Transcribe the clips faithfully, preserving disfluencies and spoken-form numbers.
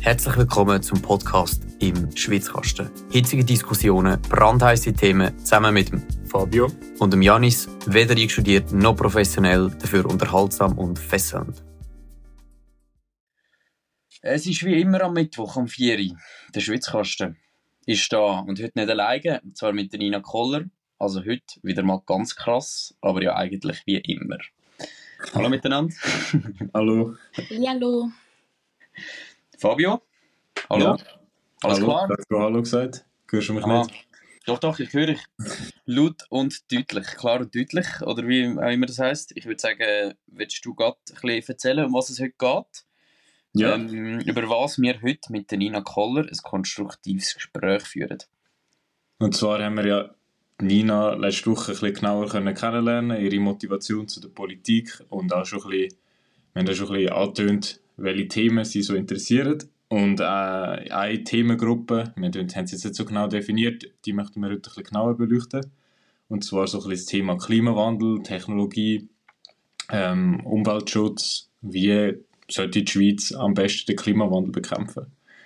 Herzlich willkommen zum Podcast im Schwitzkasten. Hitzige Diskussionen, brandheiße Themen zusammen mit dem Fabio und dem Janis, weder einstudiert noch professionell, dafür unterhaltsam und fesselnd. Es ist wie immer am Mittwoch um vier Uhr. Der Schwitzkasten ist da und heute nicht alleine, zwar mit der Nina Koller, also heute wieder mal ganz krass, aber ja eigentlich wie immer. Hallo miteinander. Hallo. Hallo. Fabio? Hallo? Ja. Alles Hallo. klar? Hast du Hallo gesagt? Hörst du mich Ah, nicht? doch, doch, ich höre dich. Laut und deutlich. Klar und deutlich, oder wie auch immer das heisst. Ich würde sagen, willst du gerade ein bisschen erzählen, um was es heute geht? Ja. Ähm, über was wir heute mit der Nina Koller ein konstruktives Gespräch führen. Und zwar haben wir ja Nina letzte Woche ein bisschen genauer können kennenlernen, ihre Motivation zu der Politik und auch schon ein bisschen, wir haben ja schon ein bisschen angetönt, welche Themen sie so interessieren. Und äh, eine Themengruppe, wir haben sie jetzt nicht so genau definiert, die möchten wir heute ein bisschen genauer beleuchten. Und zwar so ein bisschen das Thema Klimawandel, Technologie, ähm, Umweltschutz, wie sollte die Schweiz am besten den Klimawandel bekämpfen.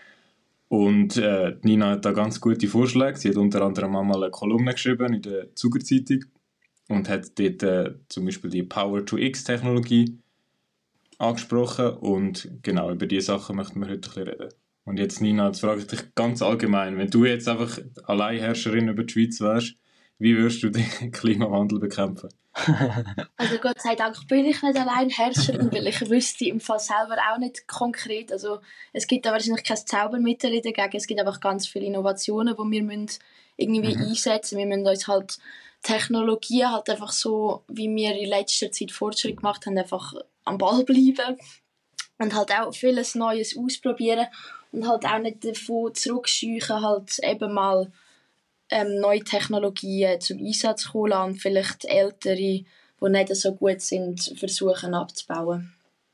Und äh, Nina hat da ganz gute Vorschläge. Sie hat unter anderem einmal eine Kolumne geschrieben in der Zuger-Zeitung und hat dort äh, zum Beispiel die Power-to-X-Technologie angesprochen. Und genau über diese Sachen möchten wir heute ein bisschen reden. Und jetzt, Nina, jetzt frage ich dich ganz allgemein, wenn du jetzt einfach Alleinherrscherin über die Schweiz wärst, wie würdest du den Klimawandel bekämpfen? Also Gott sei Dank bin ich nicht allein Herrscherin, weil ich wüsste im Fall selber auch nicht konkret. Also es gibt da wahrscheinlich kein Zaubermittel dagegen. Es gibt einfach ganz viele Innovationen, die wir müssen irgendwie Mhm. einsetzen. Wir müssen uns halt Technologien halt einfach so, wie wir in letzter Zeit Fortschritt gemacht haben, einfach am Ball bleiben und halt auch vieles Neues ausprobieren und halt auch nicht davon zurückscheuchen, halt eben mal ähm, neue Technologien zum Einsatz zu kommen und vielleicht ältere, die nicht so gut sind, versuchen abzubauen.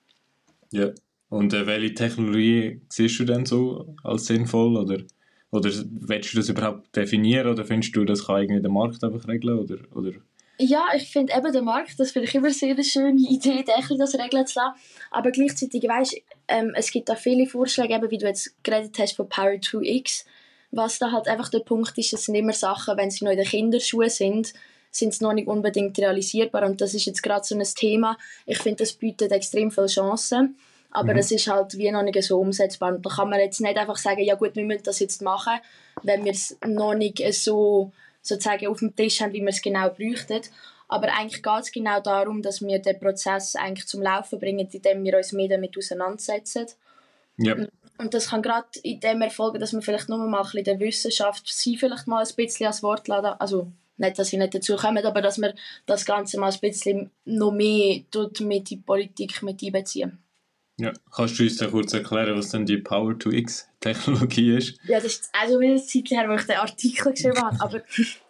Ja. Und äh, welche Technologie siehst du denn so als sinnvoll? Oder, oder willst du das überhaupt definieren? Oder findest du, das kann irgendwie der Markt einfach regeln? Oder, oder? Ja, ich finde eben der Markt, das finde ich immer sehr eine schöne Idee, denke ich, das regeln zu lassen. Aber gleichzeitig, weißt, ähm, es gibt da viele Vorschläge, eben, wie du jetzt geredet hast von Power to X. Was da halt einfach der Punkt ist, es sind immer Sachen, wenn sie noch in den Kinderschuhen sind, sind sie noch nicht unbedingt realisierbar. Und das ist jetzt gerade so ein Thema. Ich finde, das bietet extrem viele Chancen. Aber Mhm. es ist halt wie noch nicht so umsetzbar. Und da kann man jetzt nicht einfach sagen, ja gut, wir müssen das jetzt machen, wenn wir es noch nicht so sozusagen auf dem Tisch haben, wie wir es genau bräuchten. Aber eigentlich geht es genau darum, dass wir den Prozess eigentlich zum Laufen bringen, indem wir uns mehr damit auseinandersetzen. Ja. Und das kann gerade in dem erfolgen, dass wir vielleicht nur mal ein bisschen der Wissenschaft sie vielleicht mal ein bisschen ans Wort laden. Also nicht, dass sie nicht dazu kommen, aber dass wir das Ganze mal ein bisschen noch mehr dort mit in die Politik mit einbeziehen. Ja. Kannst du uns dann kurz erklären, was denn die Power-to-X-Technologie ist? Ja, das ist also wieder eine Zeit her, wo ich den Artikel geschrieben habe. Aber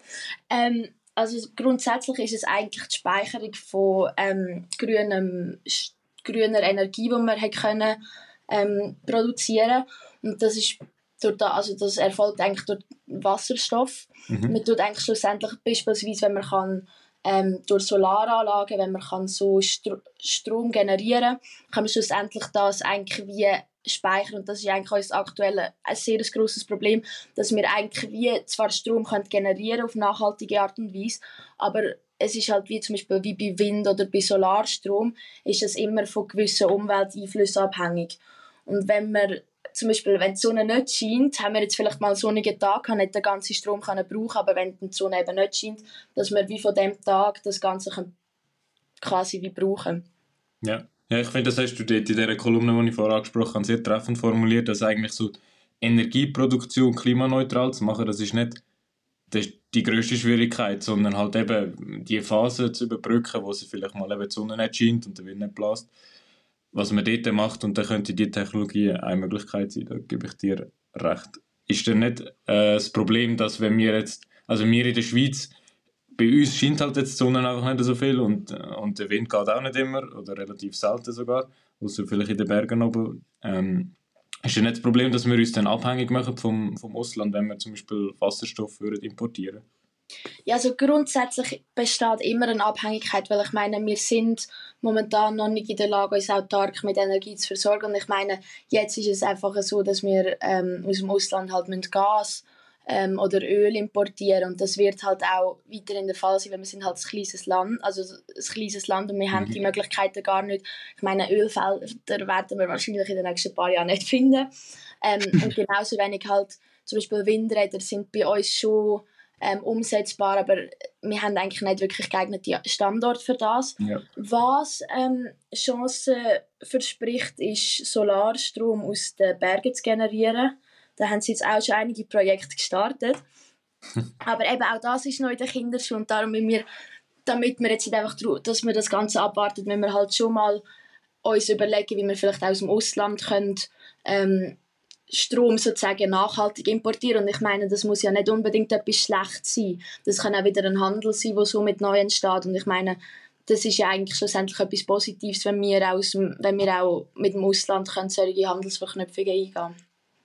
ähm, also grundsätzlich ist es eigentlich die Speicherung von ähm, grünem, grüner Energie, die wir haben können ähm, produzieren. Und das ist durch da, also das erfolgt eigentlich durch Wasserstoff. Mhm. Man tut eigentlich schlussendlich beispielsweise, wenn man kann, ähm, durch Solaranlagen, wenn man kann so Stro- Strom generieren, kann man schlussendlich das eigentlich wie speichern. Und das ist eigentlich uns aktuell ein sehr grosses Problem, dass wir eigentlich wie zwar Strom können generieren auf nachhaltige Art und Weise, aber es ist halt wie zum Beispiel wie bei Wind oder bei Solarstrom, ist es immer von gewissen Umwelteinflüssen abhängig. Und wenn wir zum Beispiel, wenn die Sonne nicht scheint, haben wir jetzt vielleicht mal einen sonnigen Tag, kann nicht den ganzen Strom können brauchen, aber wenn die Sonne eben nicht scheint, dass wir wie von dem Tag das Ganze können quasi wie brauchen. Ja. Ja, ich finde, das hast du dort in dieser Kolumne, die ich vorher angesprochen habe, sehr treffend formuliert, dass eigentlich so Energieproduktion klimaneutral zu machen, das ist nicht das ist die grösste Schwierigkeit, sondern halt eben die Phase zu überbrücken, wo sie vielleicht mal eben die Sonne nicht scheint und der Wind nicht bläst. Was man dort macht, und dann könnte die Technologie eine Möglichkeit sein, da gebe ich dir recht. Ist denn nicht äh, das Problem, dass wenn wir jetzt, also wir in der Schweiz, bei uns scheint halt jetzt die Sonne einfach nicht so viel und, äh, und der Wind geht auch nicht immer, oder relativ selten sogar, außer vielleicht in den Bergen oben. Ähm, ist ja nicht das Problem, dass wir uns dann abhängig machen vom, vom Ausland, wenn wir zum Beispiel Wasserstoff würden importieren? Ja, also grundsätzlich besteht immer eine Abhängigkeit, weil ich meine, wir sind momentan noch nicht in der Lage, uns autark mit Energie zu versorgen. Und ich meine, jetzt ist es einfach so, dass wir ähm, aus dem Ausland halt mit Gas ähm, oder Öl importieren, und das wird halt auch weiterhin der Fall sein, weil wir sind halt ein kleines Land, also ein kleines Land und wir mhm. haben die Möglichkeiten gar nicht. Ich meine, Ölfelder werden wir wahrscheinlich in den nächsten paar Jahren nicht finden. Ähm, und genauso wenig halt zum Beispiel Windräder sind bei uns schon ähm, umsetzbar, aber wir haben eigentlich nicht wirklich geeignete Standort für das. Ja. Was ähm, Chancen verspricht, ist Solarstrom aus den Bergen zu generieren. Da haben sie jetzt auch schon einige Projekte gestartet. Aber eben auch das ist noch in den Kinderschuhen. Und darum müssen wir, damit wir jetzt nicht einfach, dass wir das Ganze abwarten, müssen wir halt schon mal uns überlegen, wie wir vielleicht aus dem Ausland können, ähm, Strom sozusagen nachhaltig importieren. Und ich meine, das muss ja nicht unbedingt etwas Schlechtes sein. Das kann auch wieder ein Handel sein, der so mit neu entsteht. Und ich meine, das ist ja eigentlich schlussendlich etwas Positives, wenn wir, aus dem, wenn wir auch mit dem Ausland können solche Handelsverknüpfungen eingehen können.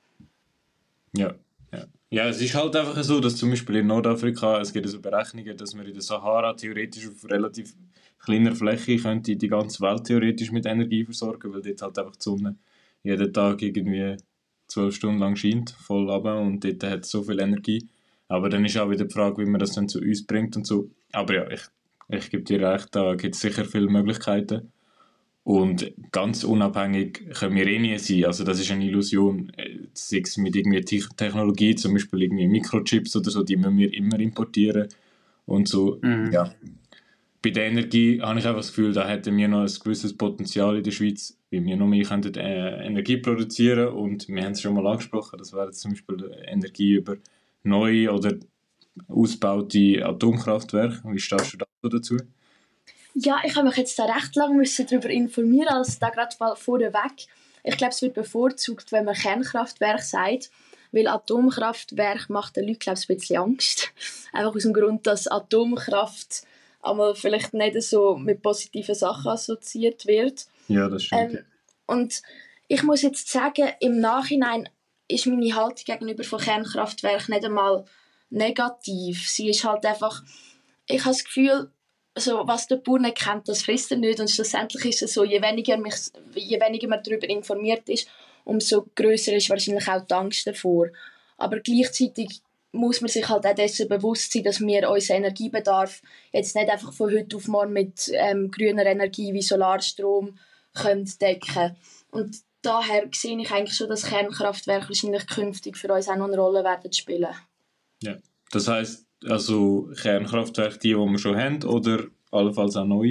Ja, ja. Ja, es ist halt einfach so, dass zum Beispiel in Nordafrika, es gibt so Berechnungen, dass man in der Sahara theoretisch auf relativ kleiner Fläche könnte die ganze Welt theoretisch mit Energie versorgen, weil dort halt einfach die Sonne jeden Tag irgendwie zwölf Stunden lang scheint, voll runter, und dort hat es so viel Energie. Aber dann ist auch wieder die Frage, wie man das dann zu uns bringt und so. Aber ja, ich, ich gebe dir recht, da gibt es sicher viele Möglichkeiten. Und ganz unabhängig können wir eh nie sein. Also das ist eine Illusion. Sei es mit irgendwie Technologie, zum Beispiel irgendwie Mikrochips oder so, die müssen wir immer importieren. Und so, Mhm. ja. Bei der Energie habe ich einfach das Gefühl, da hätten wir noch ein gewisses Potenzial in der Schweiz, weil wir noch mehr könnten, äh, Energie produzieren. Und wir haben es schon mal angesprochen, das wäre zum Beispiel Energie über neue oder ausgebaute Atomkraftwerke. Wie stehst du dazu? Ja, ich habe mich jetzt da recht lange darüber informieren, also da gerade mal vorweg. Ich glaube, es wird bevorzugt, wenn man Kernkraftwerk sagt, weil Atomkraftwerk macht den Leuten, glaube ich, ein bisschen Angst. Einfach aus dem Grund, dass Atomkraft einmal vielleicht nicht so mit positiven Sachen assoziiert wird. Ja, das stimmt. Ähm, und ich muss jetzt sagen, im Nachhinein ist meine Haltung gegenüber von Kernkraftwerken nicht einmal negativ. Sie ist halt einfach, ich habe das Gefühl, also, was der Bauer nicht kennt, das frisst er nicht. Und schlussendlich ist es so, je weniger, mich, je weniger man darüber informiert ist, umso grösser ist wahrscheinlich auch die Angst davor. Aber gleichzeitig muss man sich halt auch dessen bewusst sein, dass wir unseren Energiebedarf jetzt nicht einfach von heute auf morgen mit ähm, grüner Energie wie Solarstrom können decken. Und daher sehe ich eigentlich schon, dass Kernkraftwerke wahrscheinlich künftig für uns auch noch eine Rolle werden spielen. Ja, das heisst, also Kernkraftwerke, die, die wir schon haben, oder allenfalls auch neu?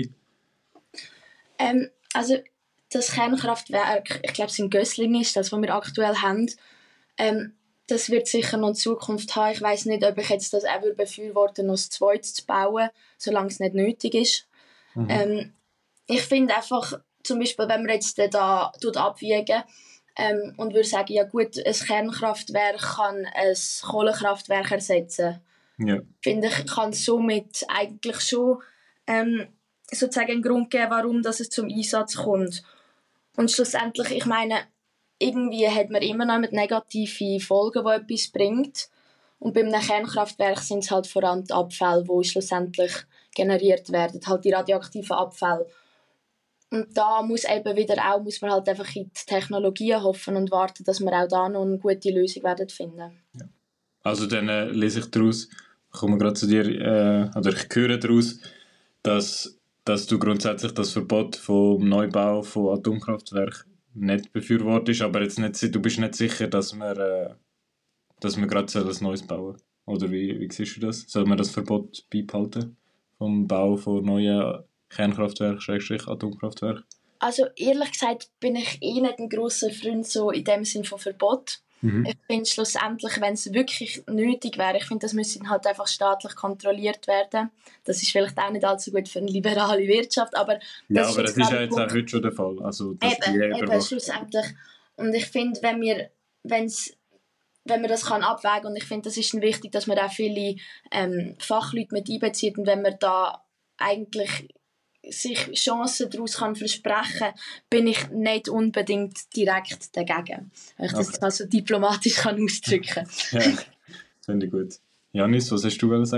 Ähm, also das Kernkraftwerk, ich glaube es in Gösslingen ist das, was wir aktuell haben, ähm, das wird sicher noch in Zukunft haben. Ich weiss nicht, ob ich jetzt das auch befürworten, noch ein zweites zu bauen, solange es nicht nötig ist. Mhm. Ähm, ich finde einfach, zum Beispiel, wenn man jetzt da abwiegen ähm, und würde sagen, ja gut, ein Kernkraftwerk kann ein Kohlekraftwerk ersetzen. Ja. Finde ich, kann somit eigentlich schon ähm, sozusagen einen Grund geben, warum das es zum Einsatz kommt. Und schlussendlich, ich meine, irgendwie hat man immer noch mit negativen Folgen, die etwas bringt. Und bei einem Kernkraftwerk sind es halt vor allem die Abfälle, die schlussendlich generiert werden, halt die radioaktiven Abfälle. Und da muss eben wieder auch, muss man halt einfach in die Technologien hoffen und warten, dass wir auch da noch eine gute Lösung werden finden. Ja. Also dann äh, lese ich daraus, ich komme gerade zu dir, äh, oder ich höre daraus, dass, dass du grundsätzlich das Verbot vom Neubau von Atomkraftwerken nicht befürwortest, aber jetzt nicht, du bist nicht sicher, dass wir, äh, dass wir gerade ein neues bauen. Oder wie, wie siehst du das? Soll man das Verbot beibehalten vom Bau von neuen Kernkraftwerken, Schrägstrich Atomkraftwerken? Also ehrlich gesagt bin ich eh nicht ein grosser Freund so in dem Sinn von Verbot. Mhm. Ich finde schlussendlich, wenn es wirklich nötig wäre, ich finde, das müsste halt einfach staatlich kontrolliert werden. Das ist vielleicht auch nicht allzu gut für eine liberale Wirtschaft, aber ja, das aber ist das ist ja jetzt auch heute schon der Fall. Also, dass eben, eben schlussendlich. Und ich finde, wenn wir, wenn's, wenn man das kann abwägen kann, und ich finde, das ist wichtig, dass man auch viele ähm, Fachleute mit einbezieht, und wenn man da eigentlich sich Chancen daraus kann versprechen kann, bin ich nicht unbedingt direkt dagegen. Wenn ich das okay. also diplomatisch kann ausdrücken kann. Ja, das finde ich gut. Janis, was hast du sagen?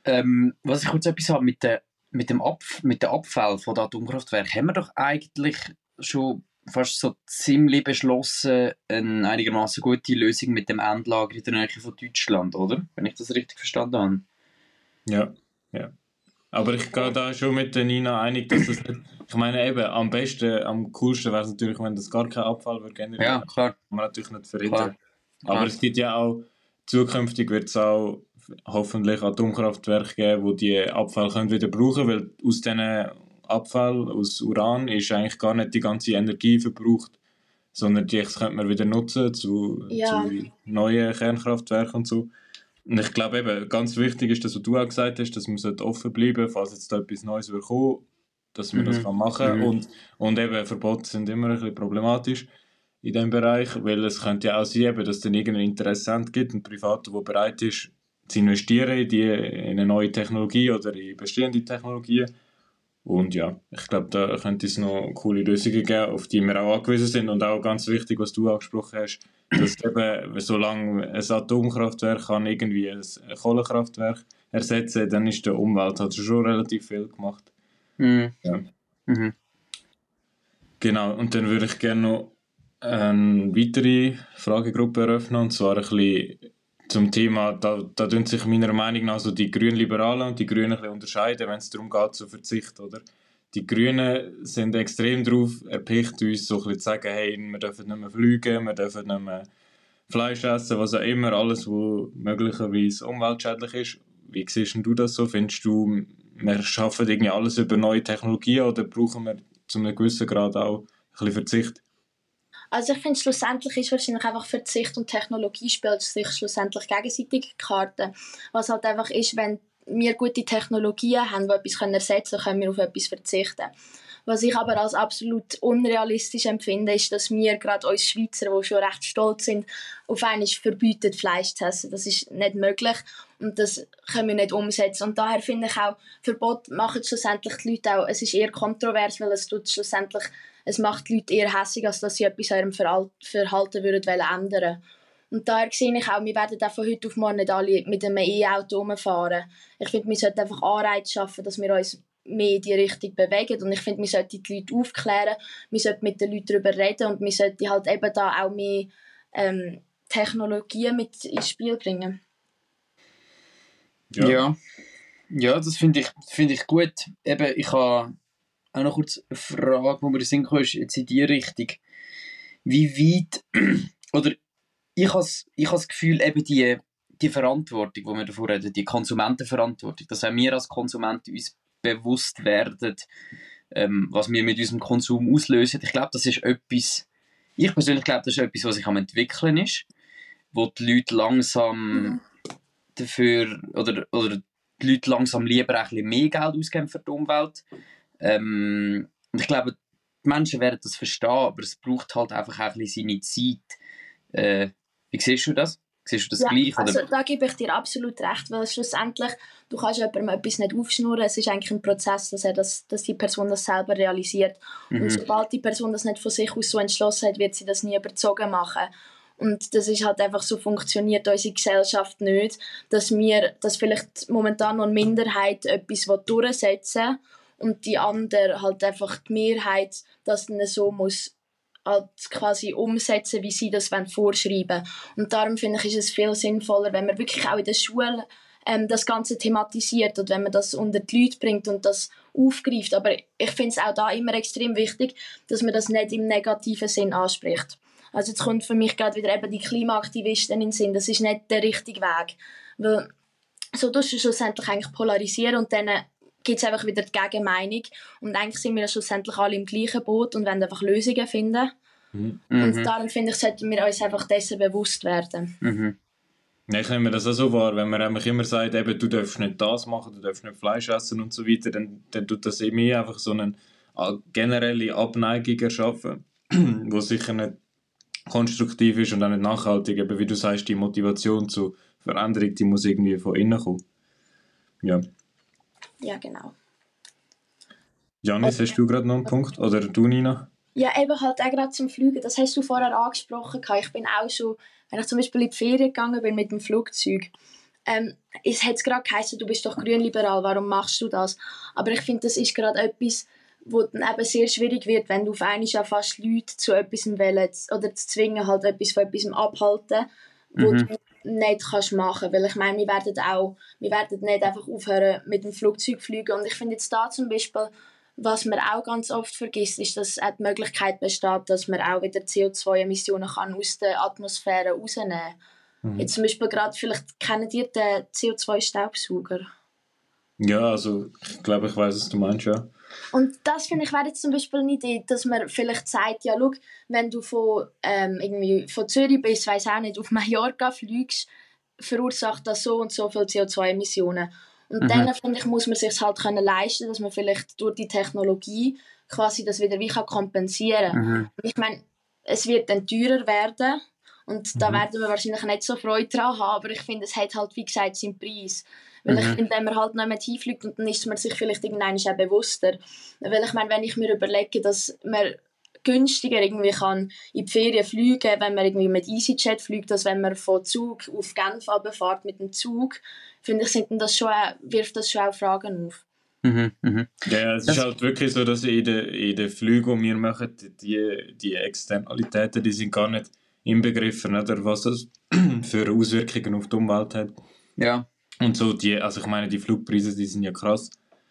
Ähm, was ich kurz etwas habe mit, der, mit dem Abf- mit den Abfällen von den Atomkraftwerken, haben wir doch eigentlich schon fast so ziemlich beschlossen, eine einigermaßen gute Lösung mit dem Endlager in der Nähe von Deutschland, oder? Wenn ich das richtig verstanden habe. Ja, ja. Aber ich gehe da schon mit der Nina einig, dass das nicht... Ich meine eben, am besten, am coolsten wäre es natürlich, wenn das gar kein Abfall wird generieren. Ja, klar. Kann man natürlich nicht verhindern. Klar. Aber Klar. es gibt ja auch, zukünftig wird es auch hoffentlich Atomkraftwerke geben, die die Abfall können wieder brauchen, weil aus diesen Abfall, aus Uran, ist eigentlich gar nicht die ganze Energie verbraucht, sondern die könnte man wieder nutzen zu, Ja. zu neuen Kernkraftwerken und so. Und ich glaube eben, ganz wichtig ist das, was du auch gesagt hast, dass man offen bleiben sollte, falls jetzt da etwas Neues wird kommen, dass man Mhm. das kann machen kann. Mhm. Und, und eben, Verbote sind immer ein bisschen problematisch in diesem Bereich, weil es könnte ja auch sein, eben, dass es dann irgendeinen Interessent gibt, ein Privater, der bereit ist, zu investieren in, die, in eine neue Technologie oder in bestehende Technologien. Und ja, ich glaube, da könnte es noch coole Lösungen geben, auf die wir auch angewiesen sind. Und auch ganz wichtig, was du angesprochen hast, dass eben, solange ein Atomkraftwerk kann irgendwie ein Kohlekraftwerk ersetzen, dann ist der Umwelt hat schon relativ viel gemacht. Mhm. Ja. Mhm. Genau, und dann würde ich gerne noch eine weitere Fragegruppe eröffnen, und zwar ein bisschen zum Thema, da, da tun sich meiner Meinung nach so die Grünliberalen und die Grünen ein bisschen unterscheiden, wenn es darum geht, zu Verzicht, oder? Die Grünen sind extrem darauf erpicht, uns so ein bisschen zu sagen, hey, wir dürfen nicht mehr fliegen, wir dürfen nicht mehr Fleisch essen, was auch immer, alles, was möglicherweise umweltschädlich ist. Wie siehst du das so? Findest du, wir schaffen irgendwie alles über neue Technologien, oder brauchen wir zu einem gewissen Grad auch ein bisschen Verzicht? Also ich finde, schlussendlich ist wahrscheinlich einfach Verzicht und Technologie spielt sich schlussendlich gegenseitig Karten. Was halt einfach ist, wenn wir gute Technologien haben, die etwas ersetzen können, können wir auf etwas verzichten. Was ich aber als absolut unrealistisch empfinde, ist, dass wir gerade uns Schweizer, die schon recht stolz sind, auf einmal verbieten, Fleisch zu essen. Das ist nicht möglich und das können wir nicht umsetzen. Und daher finde ich auch, Verbot machen schlussendlich die Leute auch, es ist eher kontrovers, weil es tut schlussendlich, es macht die Leute eher hässig, als dass sie etwas an ihrem Verhalten würden ändern. Und daher sehe ich auch, wir werden auch von heute auf morgen nicht alle mit einem E-Auto rumfahren. Ich finde, wir sollten einfach Anreize schaffen, dass wir uns mehr in die Richtung bewegen. Und ich finde, wir sollten die Leute aufklären, wir sollten mit den Leuten darüber reden und wir sollten halt eben da auch mehr ähm, Technologien mit ins Spiel bringen. Ja, ja, ja das finde ich, find ich gut. Eben, ich habe auch noch kurz eine Frage, wo mir in den Sinn kam, ist jetzt in die Richtung. Wie weit, oder ich habe ich has das Gefühl, eben die, die Verantwortung, die wir davor reden, die Konsumentenverantwortung, dass auch wir als Konsumenten uns bewusst werden, ähm, was wir mit unserem Konsum auslösen. Ich glaube, das ist etwas, ich persönlich glaube, das ist etwas, was sich am entwickeln ist, wo die Leute langsam Mhm. dafür, oder, oder die Leute langsam lieber ein bisschen mehr Geld ausgeben für die Umwelt. Ähm, und ich glaube, die Menschen werden das verstehen, aber es braucht halt einfach auch ein bisschen seine Zeit. Äh, wie siehst du das? Siehst du das Ja, gleich? Oder? also da gebe ich dir absolut recht, weil schlussendlich, du kannst jemandem etwas nicht aufschnurren, es ist eigentlich ein Prozess, dass, er das, dass die Person das selber realisiert. Mhm. Und sobald die Person das nicht von sich aus so entschlossen hat, wird sie das nie überzogen machen. Und das ist halt einfach so, funktioniert unsere Gesellschaft nicht, dass wir, dass vielleicht momentan noch eine Minderheit etwas durchsetzen will und die andere halt einfach die Mehrheit das dann so muss halt quasi umsetzen, wie sie das vorschreiben wollen. Und darum finde ich, ist es viel sinnvoller, wenn man wirklich auch in der Schule ähm, das Ganze thematisiert und wenn man das unter die Leute bringt und das aufgreift. Aber ich finde es auch da immer extrem wichtig, dass man das nicht im negativen Sinn anspricht. Also jetzt kommt für mich gerade wieder eben die Klimaaktivisten in den Sinn. Das ist nicht der richtige Weg. Weil so tust du schlussendlich eigentlich polarisieren und dann gibt es einfach wieder die Gegenmeinung. Und eigentlich sind wir schlussendlich alle im gleichen Boot und wollen einfach Lösungen finden. Mhm. Und Mhm. darum finde ich, sollten wir uns einfach dessen bewusst werden. Mhm. Ja, ich nehme das auch so wahr, wenn man einfach immer sagt, eben, du darfst nicht das machen, du darfst nicht Fleisch essen und so weiter, dann, dann tut das in mir einfach so eine generelle Abneigung erschaffen, wo sicher nicht konstruktiv ist und auch nicht nachhaltig. Aber wie du sagst, die Motivation zur Veränderung, die muss irgendwie von innen kommen. Ja. Ja, genau. Janis, hast du gerade noch einen Punkt? Oder du, Nina? Ja, eben halt auch gerade zum Fliegen. Das hast du vorher angesprochen. Ich bin auch schon, wenn ich zum Beispiel in die Ferien gegangen bin mit dem Flugzeug, ähm, es hat gerade geheißen, du bist doch grünliberal, warum machst du das? Aber ich finde, das ist gerade etwas, wo dann eben sehr schwierig wird, wenn du auf einmal ja fast Leute zu etwas wählen oder zu zwingen, halt etwas von etwas abhalten, wo Mhm. du nicht kannst machen. Weil ich meine, wir werden auch, wir werden nicht einfach aufhören mit dem Flugzeug fliegen. Und ich finde jetzt da zum Beispiel, was man auch ganz oft vergisst, ist, dass auch die Möglichkeit besteht, dass man auch wieder C O zwei Emissionen kann aus der Atmosphäre rausnehmen kann. Mhm. Jetzt zum Beispiel gerade, vielleicht kennt ihr den C O zwei Staubsauger. Ja, also ich glaube, ich weiß, was du meinst, ja. Und das finde ich wäre jetzt zum Beispiel eine Idee, dass man vielleicht sagt, ja schau, wenn du von, ähm, irgendwie von Zürich bis, weiss auch nicht, auf Mallorca fliegst, verursacht das so und so viel C O zwei Emissionen. Und Mhm. dann, finde ich, muss man sich halt können leisten, dass man vielleicht durch die Technologie quasi das wieder wie kann kompensieren kann. Mhm. Und ich meine, es wird dann teurer werden und da Mhm. werden wir wahrscheinlich nicht so Freude dran haben, aber ich finde, es hat halt, wie gesagt, seinen Preis. Weil ich Mhm. finde, wenn man halt noch mit hinfliegt und dann ist man sich vielleicht irgendwann auch bewusster. Weil ich meine, wenn ich mir überlege, dass man günstiger irgendwie kann in die Ferien fliegen, wenn man irgendwie mit EasyJet fliegt, als wenn man von Zug auf Genf runterfährt mit dem Zug, finde ich, sind denn das schon, auch- wirft das schon auch Fragen auf. Mhm. Mhm. Ja, ja, es Das- ist halt wirklich so, dass in den, in den Flügen, die wir machen, die, die Externalitäten, die sind gar nicht inbegriffen, oder was das für Auswirkungen auf die Umwelt hat. Ja. Und so, die, also ich meine, die Flugpreise, die sind ja krass.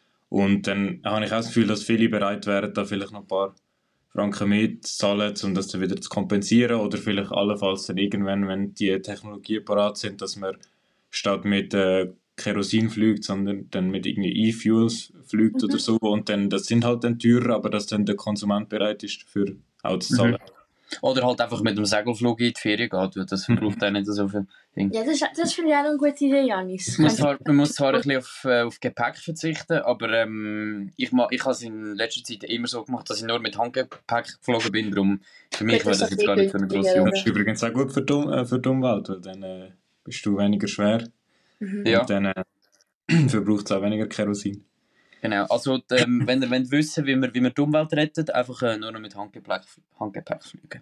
Und dann habe ich auch das Gefühl, dass viele bereit wären, da vielleicht noch ein paar Franken mehr zu zahlen, um das dann wieder zu kompensieren. Oder vielleicht allenfalls dann irgendwann, wenn die Technologien parat sind, dass man statt mit äh, Kerosin fliegt, sondern dann mit irgendwie E-Fuels fliegt Mhm. oder so. Und dann, das sind halt dann teurer, aber dass dann der Konsument bereit ist, für auch zu zahlen. Oder halt einfach mit dem Segelflug in die Ferien geht, weil das verbraucht auch nicht so viel Ding. Ja, das, das finde ich auch eine gute Idee, Janis. Ich muss zwar, man muss zwar ein bisschen auf, äh, auf Gepäck verzichten, aber ähm, ich, ma- ich habe es in letzter Zeit immer so gemacht, dass ich nur mit Handgepäck geflogen bin. Darum, für mich Gut, wäre das das ist jetzt gar nicht so eine günstiger, grosse oder? Das ist übrigens auch gut für die, Um- äh, für die Umwelt, weil dann äh, bist du weniger schwer Mhm. Ja, und dann äh, verbraucht es auch weniger Kerosin. genau. Also, d- ähm, wenn ihr wollt wissen, wie wir, wie wir die Umwelt retten, einfach äh, nur noch mit Handgepäck, Handgepäck fliegen.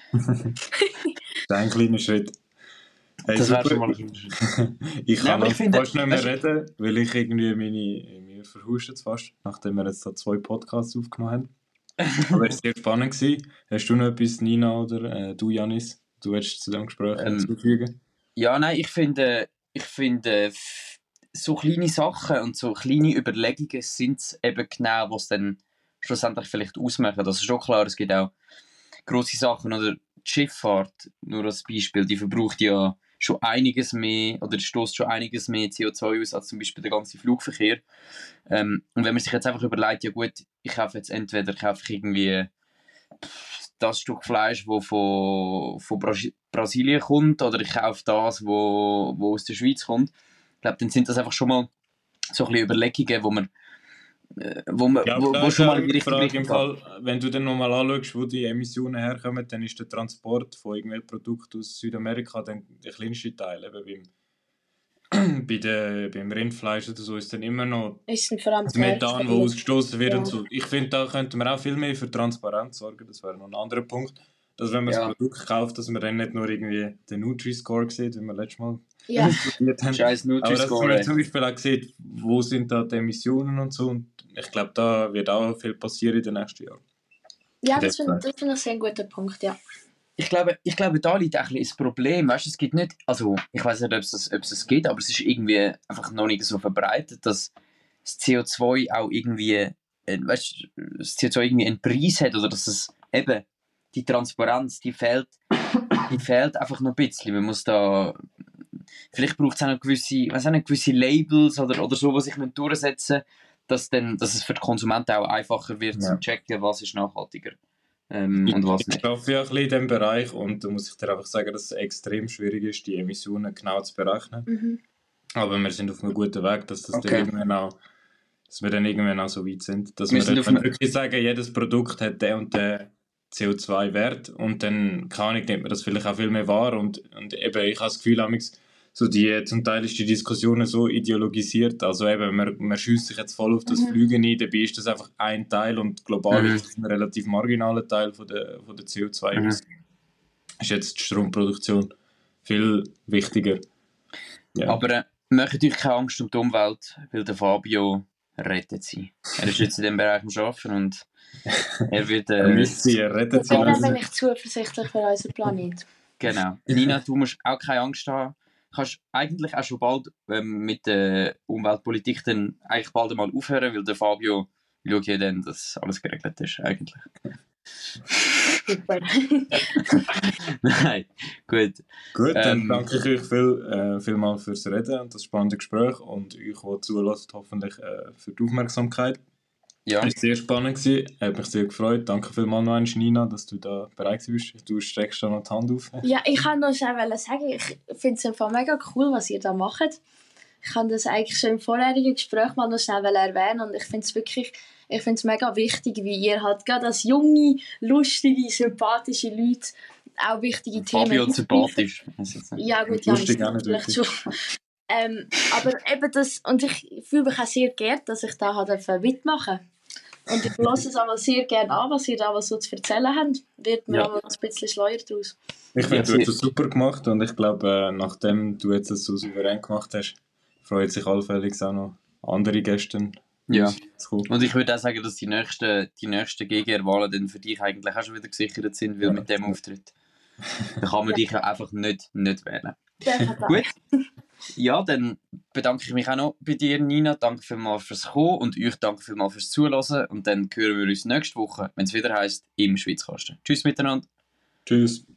Das ist ein kleiner Schritt. Hey, Das wäre super. schon mal ein Ich Nein, kann aber noch ich finde- fast nicht mehr weißt du- reden, weil ich irgendwie meine, mir verhuscht jetzt fast, nachdem wir jetzt da zwei Podcasts aufgenommen haben. Aber es war sehr spannend gewesen. Hast du noch etwas, Nina oder äh, du, Janis? Du willst zu dem Gespräch Ähm, hinzufügen? Ja, nein, ich finde, ich finde, f- so kleine Sachen und so kleine Überlegungen sind eben genau, was dann schlussendlich vielleicht ausmachen. Das ist schon klar, es gibt auch grosse Sachen, oder die Schifffahrt, nur als Beispiel, die verbraucht ja schon einiges mehr, oder stößt schon einiges mehr C O zwei aus, als zum Beispiel der ganze Flugverkehr. Ähm, und wenn man sich jetzt einfach überlegt, ja gut, ich kaufe jetzt entweder kaufe ich irgendwie das Stück Fleisch, das von, von Bras- Brasilien kommt, oder ich kaufe das, wo, wo aus der Schweiz kommt. Ich glaube, dann sind das einfach schon mal so ein bisschen Überlegungen, wo man, äh, wo, man, Ja, wo, aber da wo ist schon ja mal in die die richtige Frage im Richtung geht. Fall, wenn du dann nochmal anschaust, wo die Emissionen herkommen, dann ist der Transport von irgendwelchen Produkten aus Südamerika dann der kleinste Teil. Eben beim, bei der, beim Rindfleisch oder so ist dann immer noch Es sind vor allem das Methan, das ausgestoßen wird Ja. und so. Ich finde, da könnten wir auch viel mehr für Transparenz sorgen. Das wäre noch ein anderer Punkt. Dass wenn man Ja. das Produkt kauft, dass man dann nicht nur irgendwie den Nutri-Score sieht, wie wir letztes Mal Ja. diskutiert haben. Scheiß Aber dass Nutri-Score, man ey. zum Beispiel auch sieht, wo sind da die Emissionen und so. Und ich glaube, da wird auch viel passieren in den nächsten Jahren. Ja, das finde das find ich ein sehr guter Punkt, ja. Ich glaube, ich glaube, da liegt ein bisschen das Problem. Weißt du, es gibt nicht, also ich weiß nicht, ob es das, ob es das gibt, aber es ist irgendwie einfach noch nicht so verbreitet, dass das C O zwei auch irgendwie, äh, weißt du, das C O zwei irgendwie einen Preis hat, oder dass es eben die Transparenz, die fehlt, die fehlt einfach noch ein bisschen. Man muss da, vielleicht braucht es auch noch gewisse, weiß auch nicht, gewisse Labels oder, oder so, die sich nicht durchsetzen, dass, dann, dass es für die Konsumenten auch einfacher wird, Ja. zu checken, was ist nachhaltiger ähm, und was Ich nicht. arbeite ja ein bisschen in diesem Bereich und da muss ich dir einfach sagen, dass es extrem schwierig ist, die Emissionen genau zu berechnen. Mhm. Aber wir sind auf einem guten Weg, dass, das Okay. dann irgendwann auch, dass wir dann irgendwann auch so weit sind. Dass Wir wir sind dann auf einem- wirklich sagen, jedes Produkt hat den und den C O zwei Wert und dann kann ich, nimmt man das vielleicht auch viel mehr wahr und, und eben, ich habe das Gefühl, amigs, so die, zum Teil ist die Diskussion so ideologisiert, also eben, man, man schiesst sich jetzt voll auf das Mhm. Fliegen ein, dabei ist das einfach ein Teil und global Mhm. ist das ein relativ marginaler Teil von der, von der C O zwei Emissionen. Ist jetzt die Stromproduktion viel wichtiger. Ja. Aber, äh, Macht euch keine Angst um die Umwelt, weil der Fabio rettet sie. Er ist jetzt in diesem Bereich am Arbeiten und er wird... Äh, Er müsste sie, er rettet Ich sie. bin Also. dann bin ich zuversichtlich für unseren Planet. Genau. Nina, du musst auch keine Angst haben. Du kannst eigentlich auch schon bald ähm, mit der Umweltpolitik dann eigentlich bald einmal aufhören, weil der Fabio schaut ja dann, dass alles geregelt ist, eigentlich. Super. Nein, gut. Gut, dann Ähm, danke ich euch viel, äh, vielmals fürs Reden und das spannende Gespräch und euch, die zulassen, hoffentlich äh, für die Aufmerksamkeit. Ja, Es war sehr spannend, gewesen, hat mich sehr gefreut. Danke vielmals noch einmal, Nina, dass du da bereit bist. Du streckst da noch die Hand auf. Ja, ich kann noch schnell sagen, ich finde es einfach mega cool, was ihr da macht. Ich kann das eigentlich schon im vorherigen Gespräch mal noch schnell erwähnen und ich finde es wirklich, ich finde es mega wichtig, wie ihr halt gerade als junge, lustige, sympathische Leute auch wichtige Themen... Fabio und sympathisch. Ja gut, ja, Lustig auch nicht vielleicht wirklich. schon. Ähm, aber eben das, und ich fühle mich auch sehr geehrt, dass ich da halt mitmachen durfte. Und ich lasse es aber sehr gerne an, was ihr da was so zu erzählen habt. Wird mir Ja. aber ein bisschen schleuer daraus. Ich finde, Ja, du hast es super gemacht und ich glaube, äh, nachdem du jetzt es so souverän gemacht hast, freut sich allfällig auch noch andere Gäste Ja. zu kommen. Und ich würde auch sagen, dass die nächsten, die nächsten G G R-Wahlen dann für dich eigentlich auch schon wieder gesichert sind, weil Ja. mit dem Auftritt. Da kann man Ja. dich ja einfach nicht, nicht wählen. Gut. Gut. Ja, dann bedanke ich mich auch noch bei dir, Nina. Danke vielmals fürs Kommen und euch danke vielmals fürs Zuhören. Und dann hören wir uns nächste Woche, wenn es wieder heisst, im Schweizkasten. Tschüss miteinander. Tschüss.